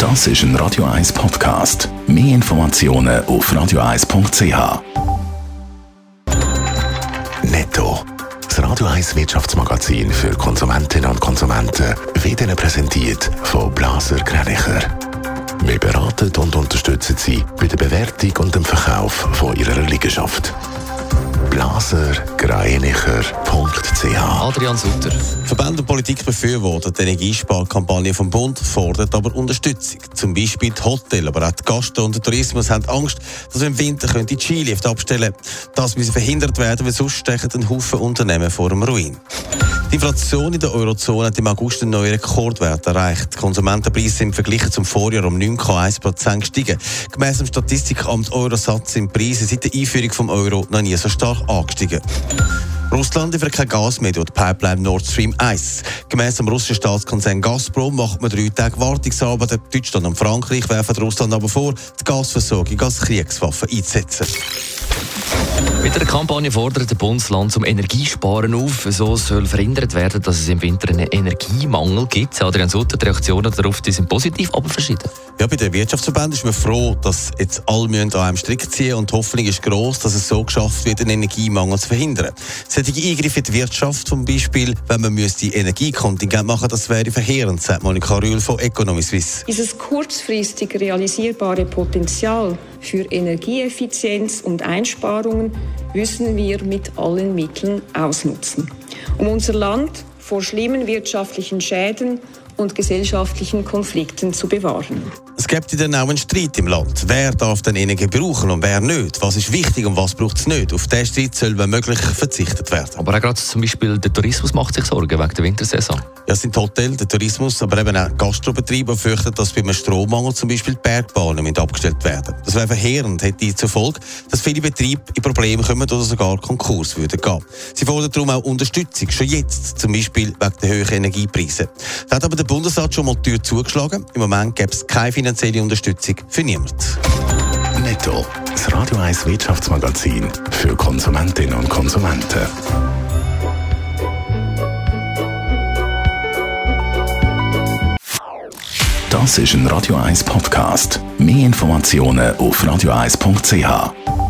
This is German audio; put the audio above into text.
Das ist ein Radio 1 Podcast. Mehr Informationen auf radio1.ch. Netto. Das Radio 1 Wirtschaftsmagazin für Konsumentinnen und Konsumenten wird Ihnen präsentiert von Blaser Greinicher. Wir beraten und unterstützen Sie bei der Bewertung und dem Verkauf von Ihrer Liegenschaft. blasergreinicher.ch. Adrian Sutter. Verbände und Politik befürworten die Energiesparkampagne vom Bund, fordert aber Unterstützung. Zum Beispiel die Hotels, aber auch die Gastro und der Tourismus haben Angst, dass wir im Winter die Skilifte abstellen können. Das muss verhindert werden, weil sonst stechen ein Haufen Unternehmen vor dem Ruin. Die Inflation in der Eurozone hat im August einen neuen Rekordwert erreicht. Die Konsumentenpreise sind verglichen zum Vorjahr um 9,1% gestiegen. Gemäss dem Statistikamt Eurostat sind die Preise seit der Einführung des Euro noch nie so stark angestiegen. Russland liefert kein Gas mehr durch die Pipeline Nord Stream 1. Gemäss dem russischen Staatskonzern Gazprom macht man 3 Tage Wartungsarbeiten. Deutschland und Frankreich werfen Russland aber vor, die Gasversorgung als Kriegswaffe einzusetzen. Mit der Kampagne fordert der Bundesland zum Energiesparen auf. So soll verhindert werden, dass es im Winter einen Energiemangel gibt. Adrian Sutter, die Reaktionen darauf sind positiv, aber verschieden. Ja, bei den Wirtschaftsverbänden ist man froh, dass jetzt alle an einem Strick ziehen müssen, und die Hoffnung ist gross, dass es so geschafft wird, einen Energiemangel zu verhindern. Solche Eingriffe in die Wirtschaft zum Beispiel, wenn man Energiekontingent machen müsste, das wäre verheerend, sagt Monika Rühl von Economy Suisse. Dieses kurzfristig realisierbare Potenzial für Energieeffizienz und Einsparungen müssen wir mit allen Mitteln ausnutzen, um unser Land vor schlimmen wirtschaftlichen Schäden und gesellschaftlichen Konflikten zu bewahren. Es gibt dann auch einen Streit im Land. Wer darf denn Energie brauchen und wer nicht? Was ist wichtig und was braucht es nicht? Auf diesen Streit soll wenn möglich verzichtet werden. Aber auch gerade zum Beispiel der Tourismus macht sich Sorgen wegen der Wintersaison. Ja, es sind Hotels, der Tourismus, aber eben auch Gastrobetriebe fürchten, dass bei einem Strommangel zum Beispiel die Bergbahnen abgestellt werden. Das wäre verheerend, hätte zur Folge, dass viele Betriebe in Probleme kommen oder sogar Konkurs würden gehen. Sie fordern darum auch Unterstützung, schon jetzt, zum Beispiel wegen der hohen Energiepreise. Da hat aber der Bundesrat schon mal die Tür zugeschlagen. Im Moment gäbe es keine finanzielle Unterstützung für niemanden. Netto. Das Radio 1 Wirtschaftsmagazin für Konsumentinnen und Konsumenten. Das ist ein Radio 1 Podcast. Mehr Informationen auf radio1.ch.